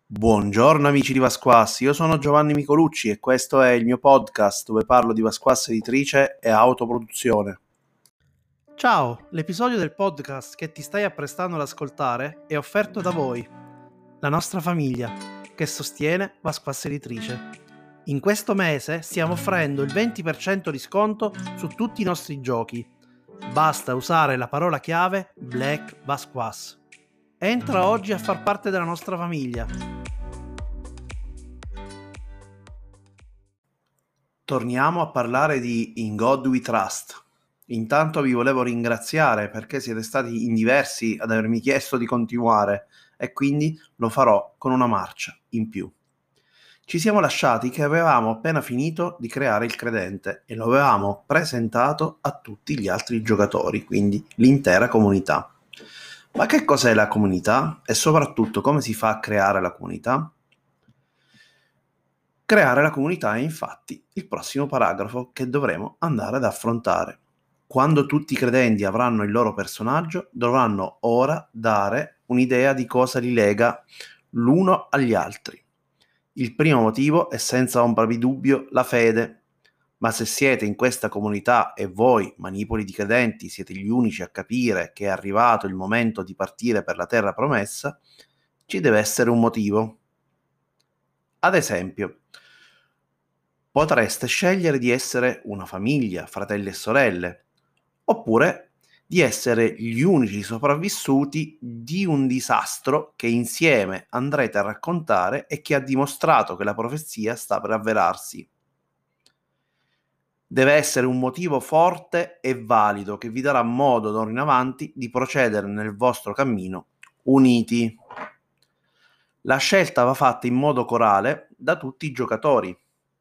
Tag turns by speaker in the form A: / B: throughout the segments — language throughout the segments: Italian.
A: Buongiorno amici di Vasquas, io sono Giovanni Micolucci e questo è il mio podcast dove parlo di Vasquas editrice e autoproduzione.
B: Ciao, l'episodio del podcast che ti stai apprestando ad ascoltare è offerto da voi, la nostra famiglia, che sostiene Vasquas editrice. In questo mese stiamo offrendo il 20% di sconto su tutti i nostri giochi. Basta usare la parola chiave Black Vasquas. Entra oggi a far parte della nostra famiglia.
A: Torniamo a parlare di In God We Trust. Intanto vi volevo ringraziare perché siete stati in diversi ad avermi chiesto di continuare e quindi lo farò con una marcia in più. Ci siamo lasciati che avevamo appena finito di creare il credente e lo avevamo presentato a tutti gli altri giocatori, quindi l'intera comunità. Ma che cos'è la comunità e soprattutto come si fa a creare la comunità? Creare la comunità è infatti il prossimo paragrafo che dovremo andare ad affrontare. Quando tutti i credenti avranno il loro personaggio, dovranno ora dare un'idea di cosa li lega l'uno agli altri. Il primo motivo è senza ombra di dubbio la fede, ma se siete in questa comunità e voi, manipoli di credenti, siete gli unici a capire che è arrivato il momento di partire per la terra promessa, ci deve essere un motivo. Ad esempio, potreste scegliere di essere una famiglia, fratelli e sorelle, oppure di essere gli unici sopravvissuti di un disastro che insieme andrete a raccontare e che ha dimostrato che la profezia sta per avverarsi. Deve essere un motivo forte e valido che vi darà modo d'ora in avanti di procedere nel vostro cammino uniti. La scelta va fatta in modo corale da tutti i giocatori.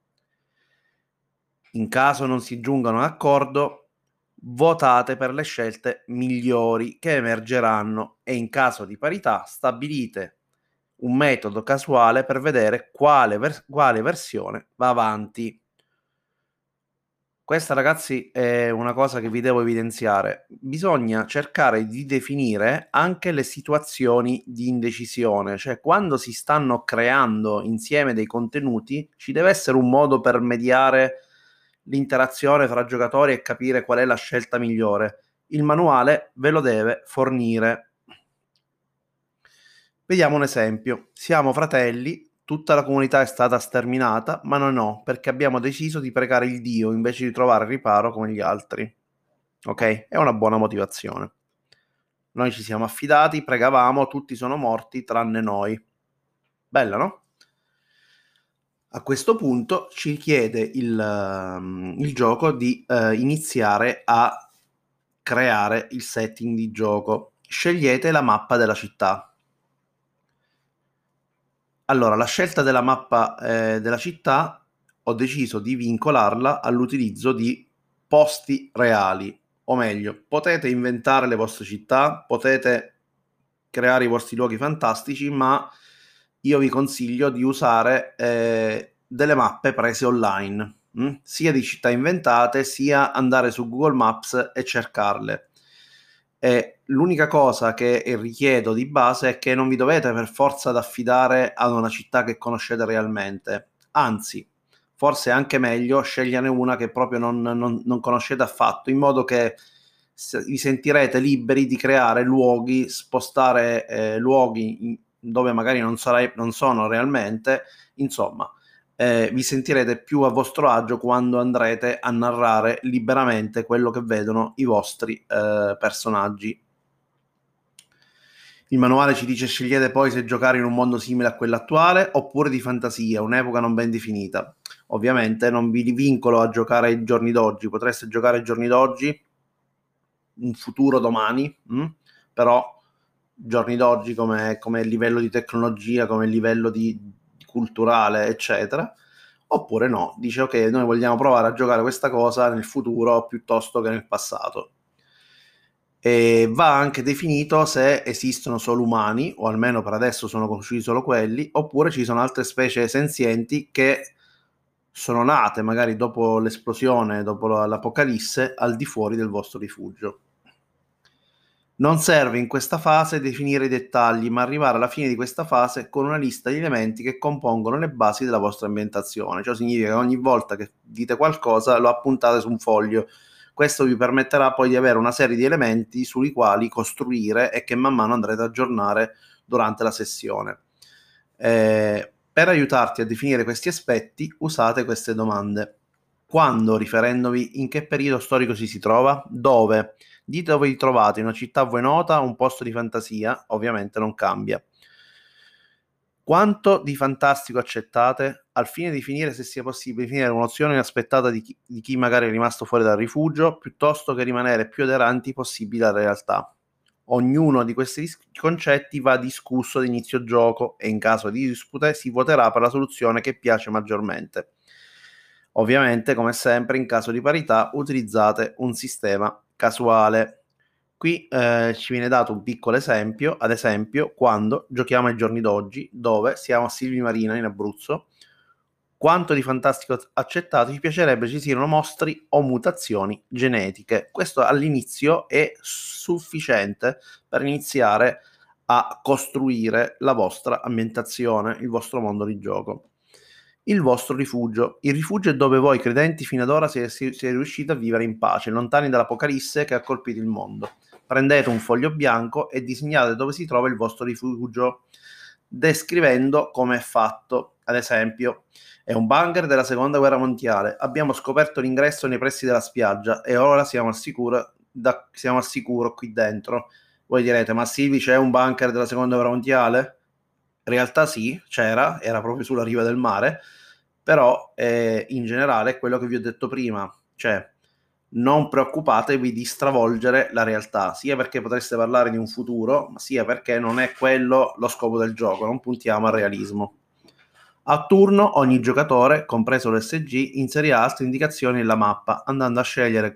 A: In caso non si giungano a accordo, votate per le scelte migliori che emergeranno e in caso di parità stabilite un metodo casuale per vedere quale versione va avanti. Questa, ragazzi, è una cosa che vi devo evidenziare. Bisogna cercare di definire anche le situazioni di indecisione, cioè quando si stanno creando insieme dei contenuti, ci deve essere un modo per mediare l'interazione fra giocatori e capire qual è la scelta migliore. Il manuale ve lo deve fornire. Vediamo un esempio. Siamo fratelli, tutta la comunità è stata sterminata, ma noi no, perché abbiamo deciso di pregare il Dio invece di trovare riparo come gli altri. Ok? È una buona motivazione. Noi ci siamo affidati, pregavamo, tutti sono morti tranne noi. Bella, no? A questo punto ci chiede il gioco di iniziare a creare il setting di gioco. Scegliete la mappa della città. Allora, la scelta della mappa della città ho deciso di vincolarla all'utilizzo di posti reali, o meglio, potete inventare le vostre città, potete creare i vostri luoghi fantastici, ma io vi consiglio di usare delle mappe prese online, sia di città inventate, sia andare su Google Maps e cercarle. E l'unica cosa che richiedo di base è che non vi dovete per forza ad affidare ad una città che conoscete realmente, anzi, forse è anche meglio sceglierne una che proprio non conoscete affatto, in modo che vi sentirete liberi di creare luoghi, spostare luoghi dove magari non sono realmente, insomma, vi sentirete più a vostro agio quando andrete a narrare liberamente quello che vedono i vostri personaggi. Il manuale ci dice: scegliete poi se giocare in un mondo simile a quello attuale oppure di fantasia, un'epoca non ben definita. Ovviamente non vi vincolo a giocare ai giorni d'oggi, potreste giocare ai giorni d'oggi, in futuro domani, però giorni d'oggi come livello di tecnologia, come livello di culturale, eccetera. Oppure no, dice ok, noi vogliamo provare a giocare questa cosa nel futuro piuttosto che nel passato. E va anche definito se esistono solo umani, o almeno per adesso sono conosciuti solo quelli, oppure ci sono altre specie senzienti che sono nate magari dopo l'esplosione, dopo l'apocalisse, al di fuori del vostro rifugio. Non serve in questa fase definire i dettagli, ma arrivare alla fine di questa fase con una lista di elementi che compongono le basi della vostra ambientazione. Ciò significa che ogni volta che dite qualcosa lo appuntate su un foglio. Questo vi permetterà poi di avere una serie di elementi sui quali costruire e che man mano andrete ad aggiornare durante la sessione. Per aiutarti a definire questi aspetti, usate queste domande. Quando, riferendovi in che periodo storico si trova? Dove? Dite dove vi trovate, in una città a voi nota, un posto di fantasia, ovviamente non cambia. Quanto di fantastico accettate? Al fine di definire se sia possibile definire un'opzione inaspettata di chi magari è rimasto fuori dal rifugio, piuttosto che rimanere più aderanti possibile alla realtà. Ognuno di questi concetti va discusso ad inizio gioco e in caso di dispute si voterà per la soluzione che piace maggiormente. Ovviamente, come sempre, in caso di parità utilizzate un sistema casuale. Qui ci viene dato un piccolo esempio, ad esempio, quando giochiamo ai giorni d'oggi, dove siamo a Silvi Marina in Abruzzo, quanto di fantastico accettato ci piacerebbe ci siano mostri o mutazioni genetiche. Questo all'inizio è sufficiente per iniziare a costruire la vostra ambientazione, il vostro mondo di gioco. Il vostro rifugio. Il rifugio è dove voi credenti fino ad ora siete riusciti a vivere in pace, lontani dall'apocalisse che ha colpito il mondo. Prendete un foglio bianco e disegnate dove si trova il vostro rifugio, descrivendo come è fatto. Ad esempio, è un bunker della seconda guerra mondiale. Abbiamo scoperto l'ingresso nei pressi della spiaggia e ora siamo al sicuro qui dentro. Voi direte, ma Silvi, c'è un bunker della seconda guerra mondiale? In realtà sì, c'era, era proprio sulla riva del mare, però in generale è quello che vi ho detto prima, cioè non preoccupatevi di stravolgere la realtà, sia perché potreste parlare di un futuro, ma sia perché non è quello lo scopo del gioco, non puntiamo al realismo. A turno ogni giocatore, compreso l'SG, inserirà altre indicazioni nella mappa, andando a scegliere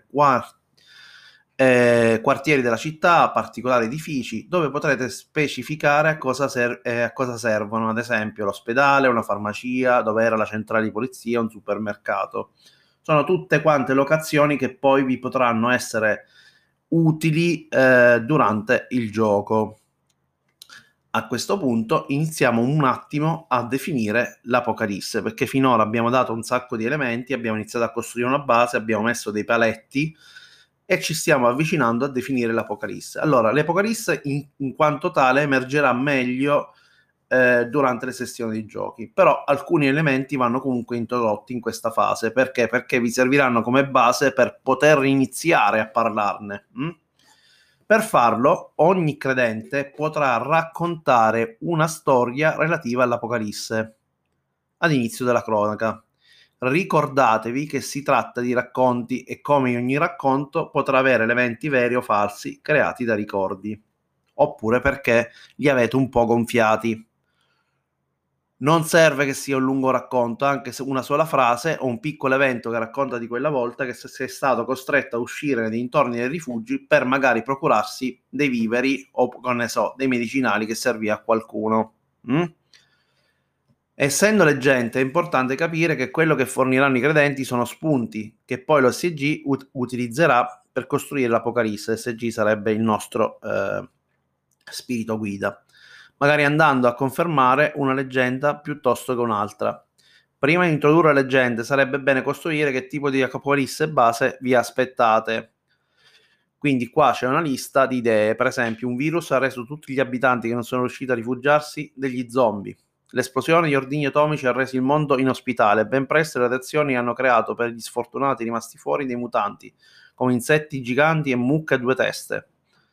A: quartieri della città, particolari edifici, dove potrete specificare a cosa servono, ad esempio l'ospedale, una farmacia, dove era la centrale di polizia, un supermercato. Sono tutte quante locazioni che poi vi potranno essere utili durante il gioco. A questo punto iniziamo un attimo a definire l'Apocalisse, perché finora abbiamo dato un sacco di elementi, abbiamo iniziato a costruire una base, abbiamo messo dei paletti e ci stiamo avvicinando a definire l'Apocalisse. Allora, l'Apocalisse in quanto tale emergerà meglio durante le sessioni di giochi, però alcuni elementi vanno comunque introdotti in questa fase. Perché? Perché vi serviranno come base per poter iniziare a parlarne. Per farlo, ogni credente potrà raccontare una storia relativa all'Apocalisse ad inizio della cronaca. Ricordatevi che si tratta di racconti e come in ogni racconto potrà avere elementi veri o falsi creati da ricordi, oppure perché li avete un po' gonfiati. Non serve che sia un lungo racconto, anche se una sola frase o un piccolo evento che racconta di quella volta che sei stato costretto a uscire nei dintorni dei rifugi per magari procurarsi dei viveri o, non ne so, dei medicinali che servì a qualcuno. Essendo leggende, è importante capire che quello che forniranno i credenti sono spunti che poi l'OSG utilizzerà per costruire l'Apocalisse. L'OSG sarebbe il nostro spirito guida, magari andando a confermare una leggenda piuttosto che un'altra. Prima di introdurre leggende sarebbe bene costruire che tipo di Apocalisse base vi aspettate. Quindi qua c'è una lista di idee, per esempio un virus ha reso tutti gli abitanti che non sono riusciti a rifugiarsi degli zombie. L'esplosione di ordigni atomici ha reso il mondo inospitale. Ben presto le radiazioni hanno creato per gli sfortunati rimasti fuori dei mutanti, come insetti giganti e mucche a due teste.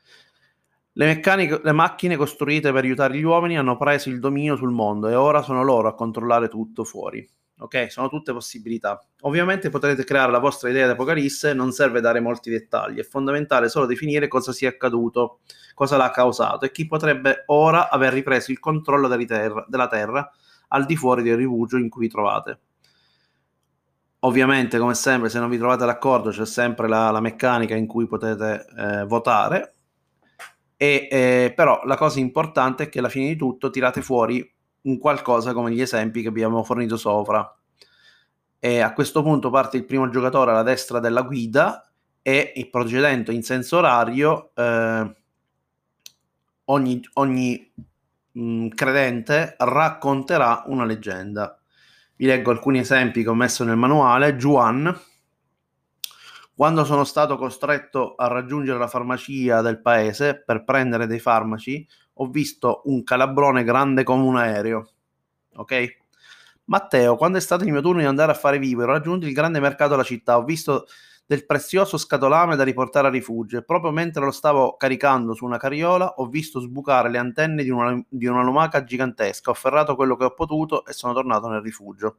A: Le macchine costruite per aiutare gli uomini hanno preso il dominio sul mondo e ora sono loro a controllare tutto fuori. Ok, sono tutte possibilità. Ovviamente potrete creare la vostra idea di Apocalisse, non serve dare molti dettagli, è fondamentale solo definire cosa sia accaduto, cosa l'ha causato e chi potrebbe ora aver ripreso il controllo della Terra al di fuori del rifugio in cui vi trovate. Ovviamente, come sempre, se non vi trovate d'accordo c'è sempre la meccanica in cui potete votare. Però la cosa importante è che alla fine di tutto tirate fuori un qualcosa come gli esempi che abbiamo fornito sopra. E a questo punto parte il primo giocatore alla destra della guida e procedendo in senso orario ogni credente racconterà una leggenda. Vi leggo alcuni esempi che ho messo nel manuale. Juan: quando sono stato costretto a raggiungere la farmacia del paese per prendere dei farmaci, ho visto un calabrone grande come un aereo. Ok? Matteo: quando è stato il mio turno di andare a fare vivere, ho raggiunto il grande mercato della città, ho visto del prezioso scatolame da riportare a rifugio e proprio mentre lo stavo caricando su una carriola ho visto sbucare le antenne di una lumaca gigantesca. Ho afferrato quello che ho potuto e sono tornato nel rifugio.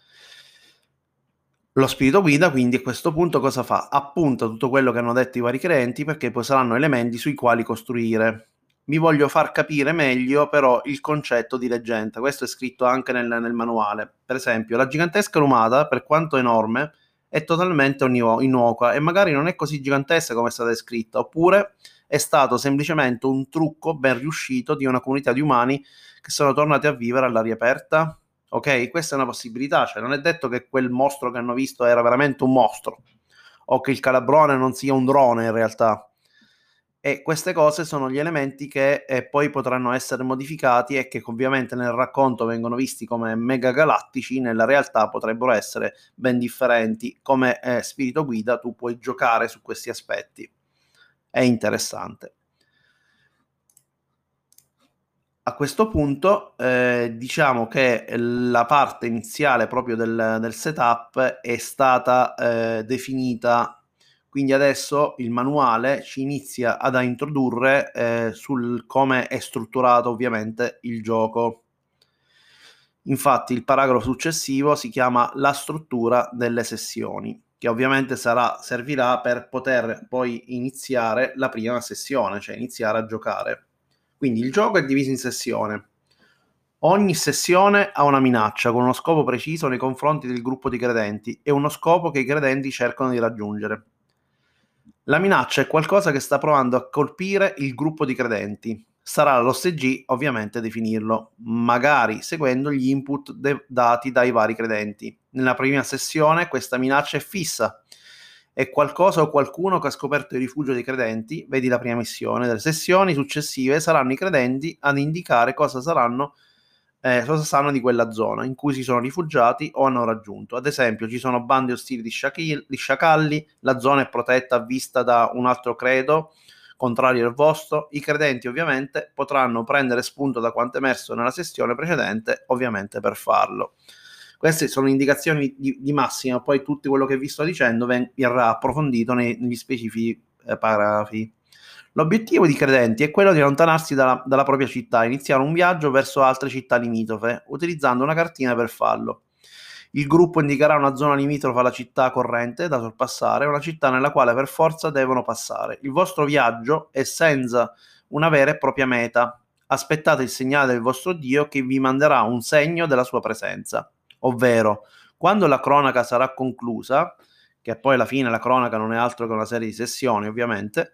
A: Lo spirito guida quindi a questo punto cosa fa? Appunta tutto quello che hanno detto i vari credenti, perché poi saranno elementi sui quali costruire. Vi voglio far capire meglio però il concetto di leggenda. Questo è scritto anche nel manuale. Per esempio, la gigantesca lumata, per quanto enorme, è totalmente innocua e magari non è così gigantesca come è stata descritta, oppure è stato semplicemente un trucco ben riuscito di una comunità di umani che sono tornati a vivere all'aria aperta. Ok, questa è una possibilità, cioè non è detto che quel mostro che hanno visto era veramente un mostro o che il calabrone non sia un drone in realtà. E queste cose sono gli elementi che poi potranno essere modificati e che ovviamente nel racconto vengono visti come mega galattici, nella realtà potrebbero essere ben differenti. Come spirito guida tu puoi giocare su questi aspetti. È interessante. A questo punto diciamo che la parte iniziale proprio del setup è stata definita, quindi adesso il manuale ci inizia ad introdurre sul come è strutturato ovviamente il gioco. Infatti il paragrafo successivo si chiama la struttura delle sessioni, che ovviamente servirà per poter poi iniziare la prima sessione, cioè iniziare a giocare. Quindi il gioco è diviso in sessione. Ogni sessione ha una minaccia con uno scopo preciso nei confronti del gruppo di credenti e uno scopo che i credenti cercano di raggiungere. La minaccia è qualcosa che sta provando a colpire il gruppo di credenti. Sarà l'OSG ovviamente definirlo, magari seguendo gli input dati dai vari credenti. Nella prima sessione questa minaccia è fissa. È qualcosa o qualcuno che ha scoperto il rifugio dei credenti, vedi la prima missione. Delle sessioni successive saranno i credenti ad indicare cosa cosa sanno di quella zona in cui si sono rifugiati o hanno raggiunto. Ad esempio, ci sono bande ostili di sciacalli, la zona è protetta vista da un altro credo contrario al vostro. I credenti ovviamente potranno prendere spunto da quanto emerso nella sessione precedente, ovviamente per farlo. Queste sono indicazioni di massima, poi tutto quello che vi sto dicendo verrà approfondito negli specifici paragrafi. L'obiettivo di credenti è quello di allontanarsi dalla propria città e iniziare un viaggio verso altre città limitrofe, utilizzando una cartina per farlo. Il gruppo indicherà una zona limitrofa alla città corrente da sorpassare, una città nella quale per forza devono passare. Il vostro viaggio è senza una vera e propria meta. Aspettate il segnale del vostro Dio che vi manderà un segno della sua presenza. Ovvero, quando la cronaca sarà conclusa, che poi alla fine la cronaca non è altro che una serie di sessioni, ovviamente,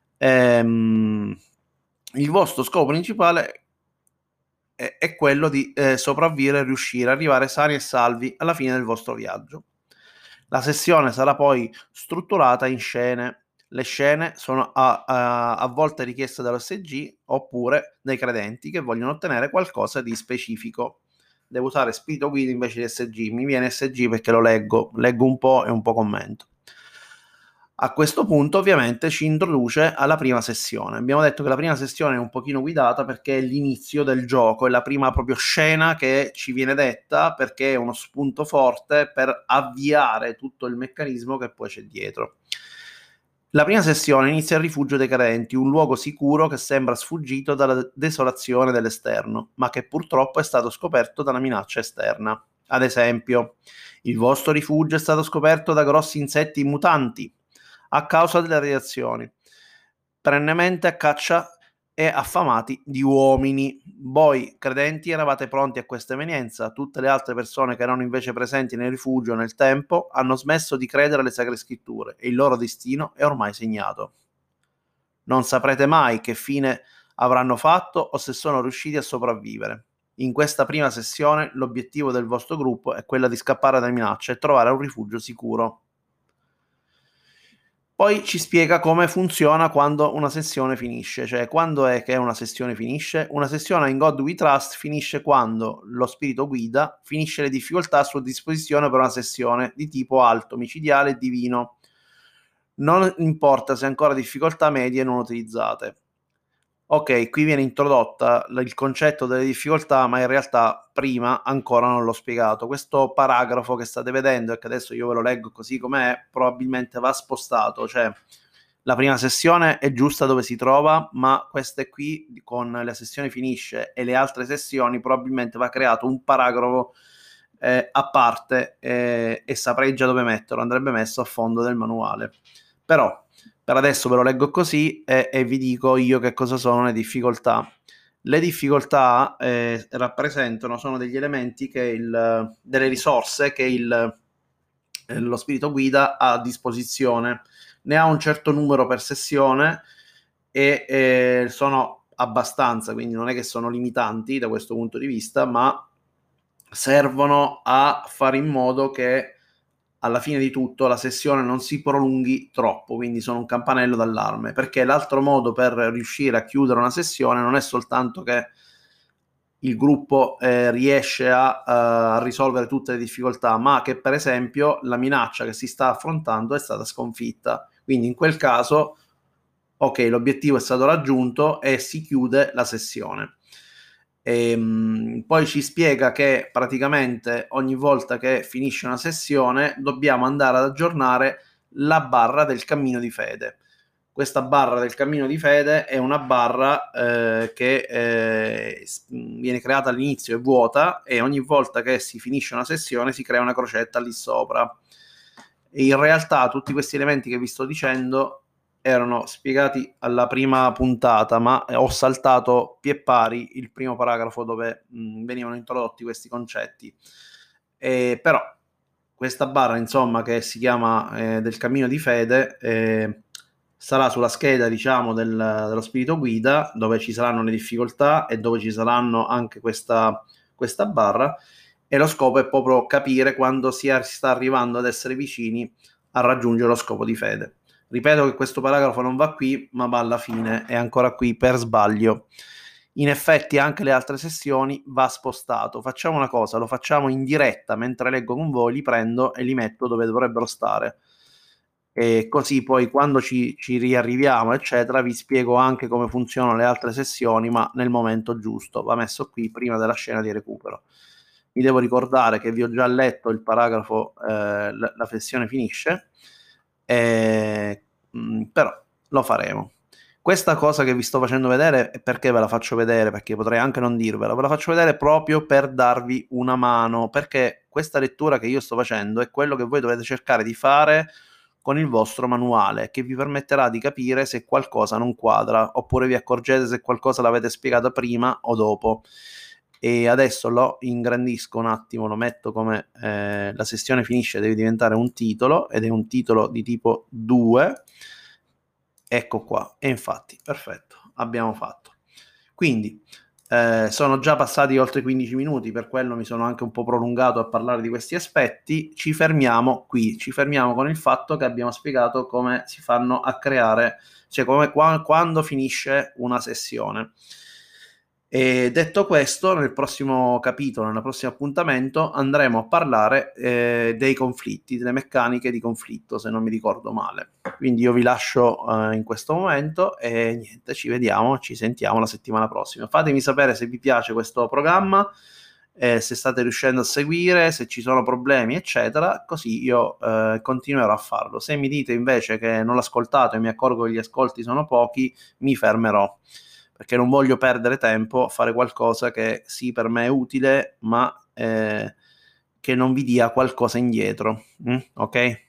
A: il vostro scopo principale è quello di sopravvivere e riuscire ad arrivare sani e salvi alla fine del vostro viaggio. La sessione sarà poi strutturata in scene. Le scene sono a volte richieste dall'OSG oppure dai credenti che vogliono ottenere qualcosa di specifico. Devo usare spirito guida invece di SG. Mi viene SG perché lo leggo un po' e un po' commento. A questo punto ovviamente ci introduce alla prima sessione. Abbiamo detto che la prima sessione è un pochino guidata perché è l'inizio del gioco, è la prima proprio scena che ci viene detta perché è uno spunto forte per avviare tutto il meccanismo che poi c'è dietro. La prima sessione inizia il rifugio dei cadenti, un luogo sicuro che sembra sfuggito dalla desolazione dell'esterno, ma che purtroppo è stato scoperto da una minaccia esterna. Ad esempio, il vostro rifugio è stato scoperto da grossi insetti mutanti a causa delle radiazioni, perennemente a caccia e affamati di uomini. Voi, credenti, eravate pronti a questa evenienza. Tutte le altre persone che erano invece presenti nel rifugio nel tempo hanno smesso di credere alle Sacre Scritture e il loro destino è ormai segnato. Non saprete mai che fine avranno fatto o se sono riusciti a sopravvivere. In questa prima sessione l'obiettivo del vostro gruppo è quello di scappare dalle minacce e trovare un rifugio sicuro. Poi ci spiega come funziona quando una sessione finisce, cioè quando è che una sessione finisce. Una sessione in God We Trust finisce quando lo spirito guida finisce le difficoltà a sua disposizione per una sessione di tipo alto, micidiale e divino. Non importa se ancora difficoltà medie non utilizzate. Ok, qui viene introdotta il concetto delle difficoltà, ma in realtà prima ancora non l'ho spiegato. Questo paragrafo che state vedendo e che adesso io ve lo leggo così com'è, probabilmente va spostato, cioè la prima sessione è giusta dove si trova, ma queste qui con la sessione finisce e le altre sessioni probabilmente va creato un paragrafo a parte e saprei già dove metterlo, andrebbe messo a fondo del manuale. Però per adesso ve lo leggo così e vi dico io che cosa sono le difficoltà. Le difficoltà rappresentano, sono degli elementi delle risorse che lo spirito guida ha a disposizione. Ne ha un certo numero per sessione e sono abbastanza, quindi non è che sono limitanti da questo punto di vista, ma servono a fare in modo che alla fine di tutto la sessione non si prolunghi troppo, quindi sono un campanello d'allarme, perché l'altro modo per riuscire a chiudere una sessione non è soltanto che il gruppo riesce a risolvere tutte le difficoltà, ma che per esempio la minaccia che si sta affrontando è stata sconfitta. Quindi in quel caso, ok, l'obiettivo è stato raggiunto e si chiude la sessione. Poi ci spiega che praticamente ogni volta che finisce una sessione dobbiamo andare ad aggiornare la barra del cammino di fede. Questa barra del cammino di fede è una barra che viene creata all'inizio, è vuota, e ogni volta che si finisce una sessione si crea una crocetta lì sopra. E in realtà tutti questi elementi che vi sto dicendo erano spiegati alla prima puntata, ma ho saltato pie pari il primo paragrafo dove venivano introdotti questi concetti. Però questa barra, insomma, che si chiama del cammino di fede, sarà sulla scheda, diciamo, dello spirito guida, dove ci saranno le difficoltà e dove ci saranno anche questa barra, e lo scopo è proprio capire quando si sta arrivando ad essere vicini a raggiungere lo scopo di fede. Ripeto che questo paragrafo non va qui, ma va alla fine, è ancora qui per sbaglio. In effetti anche le altre sessioni va spostato. Facciamo una cosa, lo facciamo in diretta, mentre leggo con voi, li prendo e li metto dove dovrebbero stare. E così poi quando ci riarriviamo, eccetera, vi spiego anche come funzionano le altre sessioni, ma nel momento giusto. Va messo qui prima della scena di recupero. Mi devo ricordare che vi ho già letto il paragrafo, la sessione finisce, però lo faremo. Questa cosa che vi sto facendo vedere, e perché ve la faccio vedere? Perché potrei anche non dirvela, ve la faccio vedere proprio per darvi una mano, perché questa lettura che io sto facendo è quello che voi dovete cercare di fare con il vostro manuale, che vi permetterà di capire se qualcosa non quadra, oppure vi accorgete se qualcosa l'avete spiegato prima o dopo. E adesso lo ingrandisco un attimo, lo metto come la sessione finisce, deve diventare un titolo, ed è un titolo di tipo 2. Ecco qua, e infatti, perfetto, abbiamo fatto. Quindi sono già passati oltre 15 minuti, per quello mi sono anche un po' prolungato a parlare di questi aspetti. Ci fermiamo qui, ci fermiamo con il fatto che abbiamo spiegato come si fanno a creare, cioè come quando finisce una sessione. E detto questo, nel prossimo capitolo, nel prossimo appuntamento, andremo a parlare dei conflitti, delle meccaniche di conflitto, se non mi ricordo male. Quindi io vi lascio in questo momento e niente, ci vediamo, ci sentiamo la settimana prossima. Fatemi sapere se vi piace questo programma, se state riuscendo a seguire, se ci sono problemi, eccetera, così io continuerò a farlo. Se mi dite invece che non l'ascoltate e mi accorgo che gli ascolti sono pochi, mi fermerò, perché non voglio perdere tempo a fare qualcosa che sì, per me è utile, ma che non vi dia qualcosa indietro. Ok?